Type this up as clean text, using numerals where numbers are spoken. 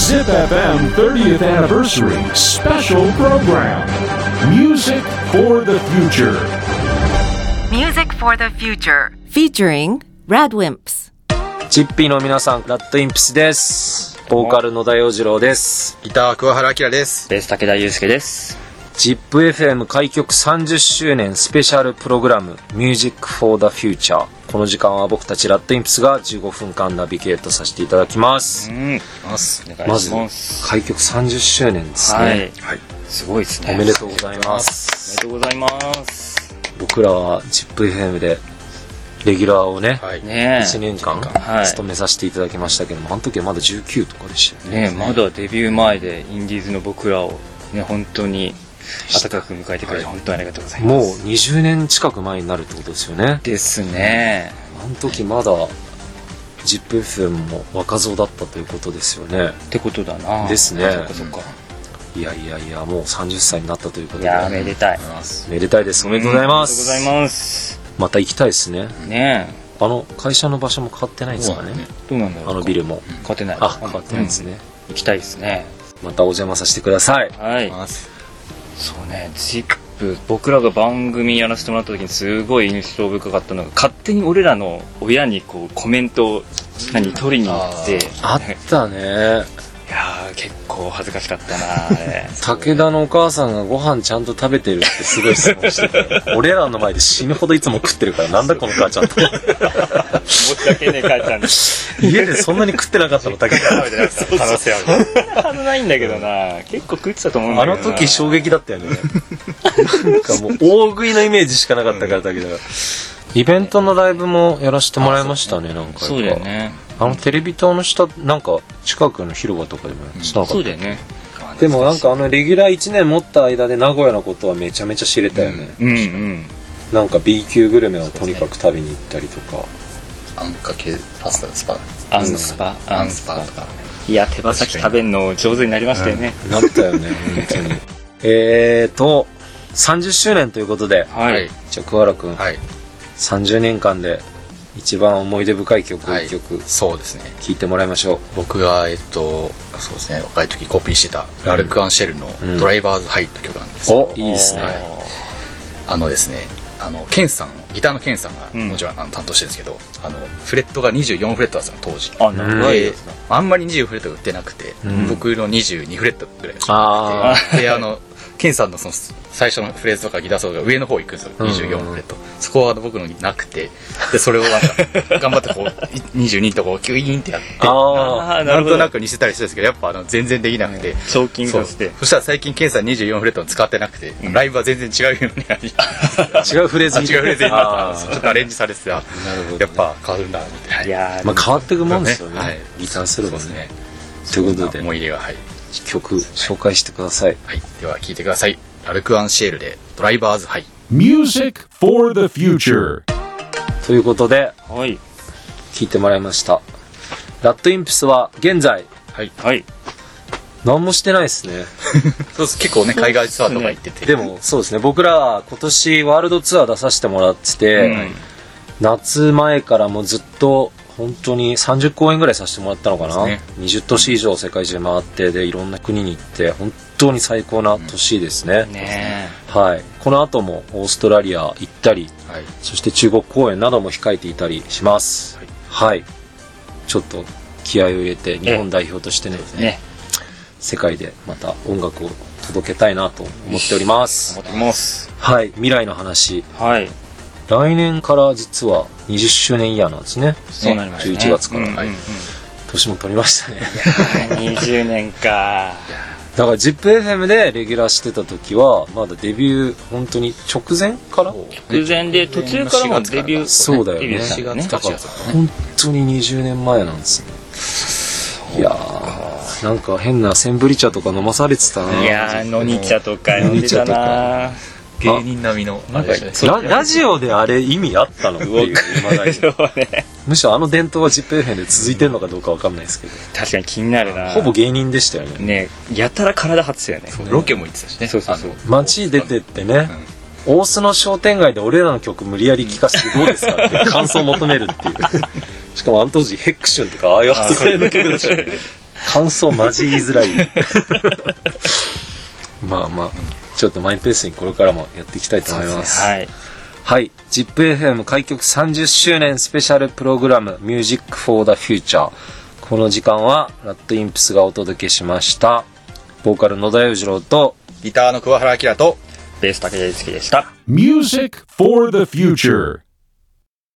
ZipFM 30th Anniversary Special Program Music for the Future Music for the Future featuring Radwimps。 チッピーの皆さん、ラッドインプスです。ボーカル野田洋次郎です。 ギター桑原明です。 ベース武田祐介です。 ZipFM 開局30周年スペシャルプログラム Music for the Future。この時間は僕たちラッドインプスが15分間ナビゲートさせていただきます。 まず開局30周年ですね。 はい。すごいですね。 おめでとうございます。 おめでとうございます。 僕らは ZipFM でレギュラーをね、1年間務めさせていただきましたけども、あの時はまだ19とかでしたよね。 まだデビュー前でインディーズの僕らをね、本当に温かく迎えてくれて本当にありがとうございます。 もう20年近く前になるってことですよね。 ですね。 あの時まだ ZipFM も若造だったということですよね。 ってことだな。 ですね。 そっか。 いやもう30歳になったということで。 いやめでたい。 めでたいです。おめでとうございます。 ありがとうございます。 また行きたいですね。 ねえ。会社の場所も変わってないですかね。 どうなんだろう。 ビルも変わってない。 変わってないですね。 行きたいですね。 またお邪魔させてください。 はい。そうね、ZIP、僕らが番組やらせてもらった時にすごい印象深かったのが、勝手に俺らの親にこうコメントを取りに行って。 あったね。 いや結構恥ずかしかったなあれ。 武田のお母さんがご飯ちゃんと食べてるってすごい質問してて俺らの前で死ぬほどいつも食ってるからなんだこの母ちゃんと申し訳ねえ母ちゃん家でそんなに食ってなかったの武田食べてなかった可能性あるはずないんだけどな、結構食ってたと思うんだけどな。 あの時衝撃だったよねなんかもう大食いのイメージしかなかったから武田がイベントのライブもやらせてもらいましたね。なんかそうだよね。 テレビ塔の下なんか近くの広場とかでもやってなかった、 そうだよね。 でもなんかレギュラー1年持った間で名古屋のことはめちゃめちゃ知れたよね。なんか B 級グルメをとにかく食べに行ったりとか、 あんかけパスタスパアンスパとか。いや手羽先食べるの上手になりましたよね。 なったよね本当に30周年ということで、じゃあ桑原くん、30年間で一番思い出深い曲を1曲、 そうですね、 聴いてもらいましょう。 僕がそうですね、若い時コピーしてたラルク・アンシェルのドライバーズ・ハイって曲なんです。 いいですね。 ですね、ケンさん、ギターのケンさんがもちろん担当してるんですけど、フレットが24フレットだったの当時。 長いですね。 あんまり20フレットが売ってなくて、僕の22フレットぐらいしかなくて、でケンさんのその最初のフレーズとかギターソロが上の方行くんですよ、24フレット。そこは僕のなくて、でそれをなんか頑張ってこう22とこうキュイーンってやってなんとなく似せたりしてるんですけど、やっぱ全然できなくて、 チョーキングして。 そしたら最近ケンさん24フレットを使ってなくて、ライブは全然違うように違うフレーズになったちょっとアレンジされてた。やっぱ変わるんだみたいな。 いや変わっていくもんですよね、ギターソロがね。ということで思い出が曲紹介してください。 では聴いてください。ラルク・アンシェールでドライバーズ・ハイ。 Music for the Future ということで、聴いてもらいました。ラッドインプスは現在何もしてないですね。 そうです。結構ね、海外ツアーとか行ってて、 でもそうですね、僕らは今年ワールドツアー出させてもらってて、夏前からもうずっと本当に30公演ぐらいさせてもらったのかな、20都市以上世界中回って、でいろんな国に行って本当に最高な年ですね。この後もオーストラリア行ったり、そして中国公演なども控えていたりします。ちょっと気合を入れて日本代表としてね、世界でまた音楽を届けたいなと思っております。未来の話、来年から実は20周年イヤーなんですね。 そうなりましたね。 11月から、年も取りましたね。 いや20年か。 だから ZipFM でレギュラーしてた時はまだデビュー本当に直前から直前で、途中からもデビュー。 そうだよね。だから本当に20年前なんですね。いやー、なんか変なセンブリ茶とか飲まされてたな。 いやー、ノニ茶とか飲んでたな。 芸人並みのラジオであれ意味あったのっていうむしろ伝統は ZipFM で続いてるのかどうかわかんないですけど、 確かに気になるな。 ほぼ芸人でしたよね。 やたら体張ってたよね。 ロケも行ってたしね。 街出てってね、大須の商店街で俺らの曲無理やり聴かせてどうですかって感想を求めるっていうしかも当時ヘックシュンとかああいう発声の曲でしたよね。 感想マジ言いづらい。まあまあ、ちょっとマイペースにこれからもやっていきたいと思います。 はい。 はい。ZIPFM 開局30周年スペシャルプログラム Music for the Future。この時間はラッドインプスがお届けしました。ボーカル野田洋次郎とギターの桑原明とベース竹谷樹でした。 Music for the future.